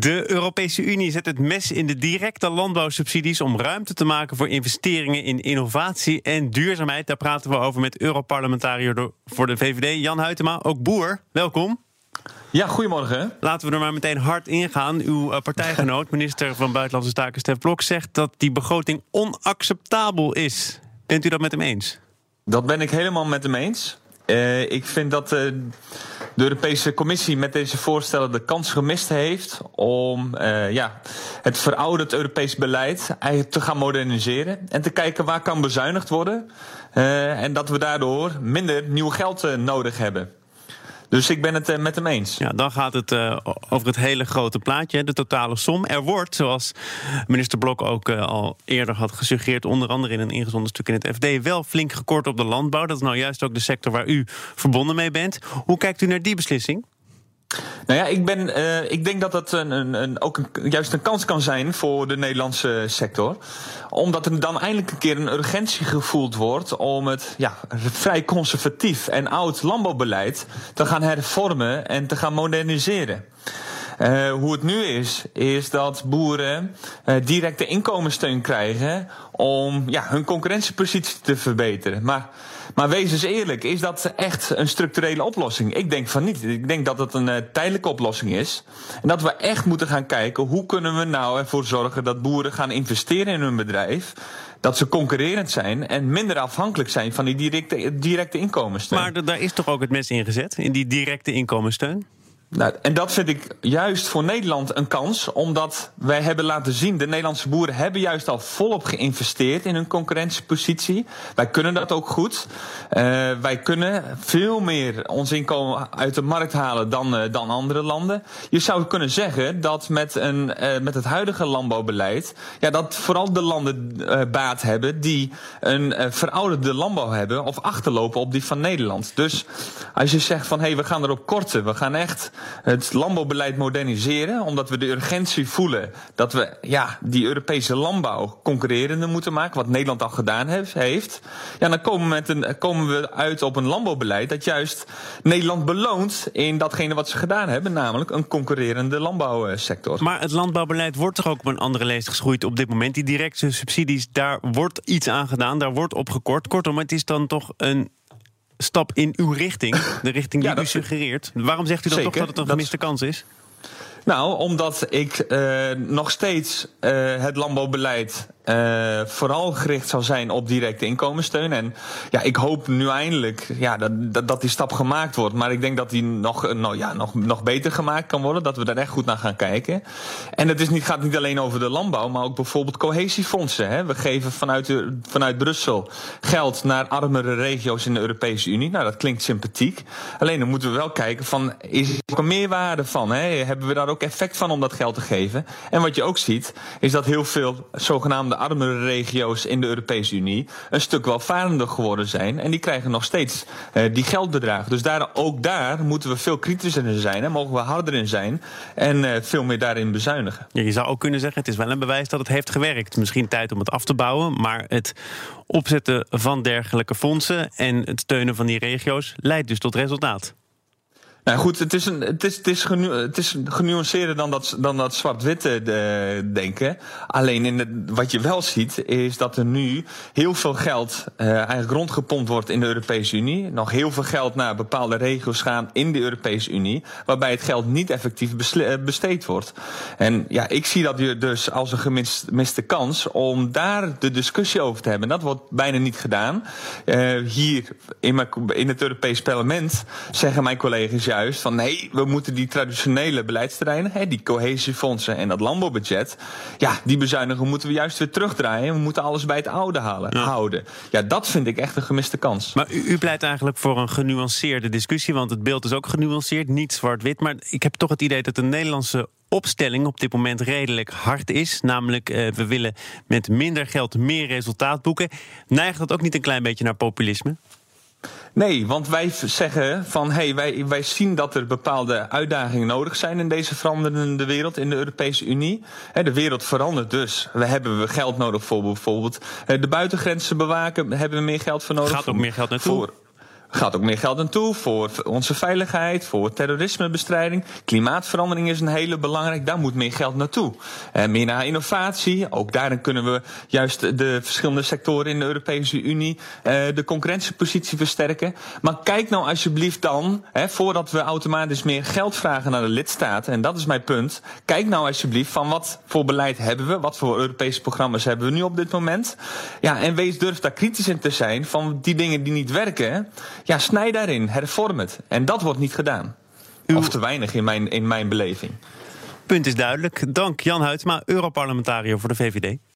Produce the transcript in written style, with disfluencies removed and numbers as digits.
De Europese Unie zet het mes in de directe landbouwsubsidies om ruimte te maken voor investeringen in innovatie en duurzaamheid. Daar praten we over met Europarlementariër voor de VVD, Jan Huytema, ook boer. Welkom. Ja, goedemorgen. Laten we er maar meteen hard ingaan. Uw partijgenoot, minister van Buitenlandse Zaken Stef Blok, zegt dat die begroting onacceptabel is. Bent u dat met hem eens? Dat ben ik helemaal met hem eens. Ik vind dat de Europese Commissie met deze voorstellen de kans gemist heeft om het verouderd Europees beleid eigenlijk te gaan moderniseren en te kijken waar kan bezuinigd worden en dat we daardoor minder nieuw geld nodig hebben. Dus ik ben het met hem eens. Ja, dan gaat het over het hele grote plaatje, de totale som. Er wordt, zoals minister Blok ook al eerder had gesuggereerd, onder andere in een ingezonden stuk in het FD, wel flink gekort op de landbouw. Dat is nou juist ook de sector waar u verbonden mee bent. Hoe kijkt u naar die beslissing? Nou ja, ik denk dat dat juist een kans kan zijn voor de Nederlandse sector. Omdat er dan eindelijk een keer een urgentie gevoeld wordt om het vrij conservatief en oud landbouwbeleid te gaan hervormen en te gaan moderniseren. Hoe het nu is dat boeren directe inkomenssteun krijgen om hun concurrentiepositie te verbeteren. Maar wees eens eerlijk, is dat echt een structurele oplossing? Ik denk van niet. Ik denk dat het een tijdelijke oplossing is. En dat we echt moeten gaan kijken hoe kunnen we nou ervoor zorgen dat boeren gaan investeren in hun bedrijf, dat ze concurrerend zijn en minder afhankelijk zijn van die directe inkomenssteun. Maar daar is toch ook het mes in gezet, in die directe inkomenssteun? Nou, en dat vind ik juist voor Nederland een kans, omdat wij hebben laten zien, de Nederlandse boeren hebben juist al volop geïnvesteerd in hun concurrentiepositie. Wij kunnen dat ook goed. Wij kunnen veel meer ons inkomen uit de markt halen dan andere landen. Je zou kunnen zeggen dat met het huidige landbouwbeleid, dat vooral de landen baat hebben die een verouderde landbouw hebben of achterlopen op die van Nederland. Dus als je zegt van we gaan erop korten, we gaan echt het landbouwbeleid moderniseren, omdat we de urgentie voelen dat we die Europese landbouw concurrerender moeten maken, wat Nederland al gedaan heeft. Ja, dan komen we uit op een landbouwbeleid dat juist Nederland beloont in datgene wat ze gedaan hebben, namelijk een concurrerende landbouwsector. Maar het landbouwbeleid wordt toch ook op een andere leest geschoeid op dit moment. Die directe subsidies, daar wordt iets aan gedaan, daar wordt op gekort. Kortom, het is dan toch een stap in uw richting, de richting die u suggereert. Waarom zegt u dan toch dat het een gemiste kans is? Nou, omdat ik nog steeds het landbouwbeleid vooral gericht zal zijn op directe inkomenssteun. En ik hoop nu eindelijk dat die stap gemaakt wordt. Maar ik denk dat die nog beter gemaakt kan worden. Dat we daar echt goed naar gaan kijken. En het gaat niet alleen over de landbouw, maar ook bijvoorbeeld cohesiefondsen. Hè. We geven vanuit Brussel geld naar armere regio's in de Europese Unie. Nou, dat klinkt sympathiek. Alleen dan moeten we wel kijken van, is er een meerwaarde van? Hè? Hebben we daar ook effect van om dat geld te geven? En wat je ook ziet, is dat heel veel zogenaamde armere regio's in de Europese Unie een stuk welvarender geworden zijn. En die krijgen nog steeds die geldbedragen. Dus ook daar moeten we veel kritischer in zijn. En mogen we harder in zijn. En veel meer daarin bezuinigen. Ja, je zou ook kunnen zeggen, het is wel een bewijs dat het heeft gewerkt. Misschien tijd om het af te bouwen. Maar het opzetten van dergelijke fondsen en het steunen van die regio's leidt dus tot resultaat. Nou goed, het is genuanceerder dan dat zwart-witte denken. Alleen wat je wel ziet, is dat er nu heel veel geld eigenlijk rondgepompt wordt in de Europese Unie. Nog heel veel geld naar bepaalde regio's gaan in de Europese Unie, waarbij het geld niet effectief besteed wordt. En ik zie dat dus als een gemiste kans om daar de discussie over te hebben. Dat wordt bijna niet gedaan. Hier in het Europees Parlement zeggen mijn collega's juist van nee, we moeten die traditionele beleidsterreinen, die cohesiefondsen en dat landbouwbudget, die bezuinigen moeten we juist weer terugdraaien. We moeten alles bij het oude houden. Ja, dat vind ik echt een gemiste kans. Maar u pleit eigenlijk voor een genuanceerde discussie, want het beeld is ook genuanceerd, niet zwart-wit. Maar ik heb toch het idee dat de Nederlandse opstelling op dit moment redelijk hard is. Namelijk, we willen met minder geld meer resultaat boeken. Neigt dat ook niet een klein beetje naar populisme? Nee, want wij zeggen van wij zien dat er bepaalde uitdagingen nodig zijn in deze veranderende wereld in de Europese Unie. De wereld verandert dus. We hebben geld nodig voor bijvoorbeeld de buitengrenzen bewaken. Hebben we meer geld voor nodig? Gaat ook meer geld naartoe? gaat ook meer geld naartoe voor onze veiligheid, voor terrorismebestrijding. Klimaatverandering is een hele belangrijk. Daar moet meer geld naartoe. Meer naar innovatie. Ook daarin kunnen we juist de verschillende sectoren in de Europese Unie de concurrentiepositie versterken. Maar kijk nou alsjeblieft dan, voordat we automatisch meer geld vragen naar de lidstaten, en dat is mijn punt, kijk nou alsjeblieft van wat voor beleid hebben we, wat voor Europese programma's hebben we nu op dit moment. Ja, en durf daar kritisch in te zijn van die dingen die niet werken. Ja, snijd daarin, hervorm het. En dat wordt niet gedaan. Of te weinig in mijn beleving. Punt is duidelijk. Dank Jan Huytema, Europarlementariër voor de VVD.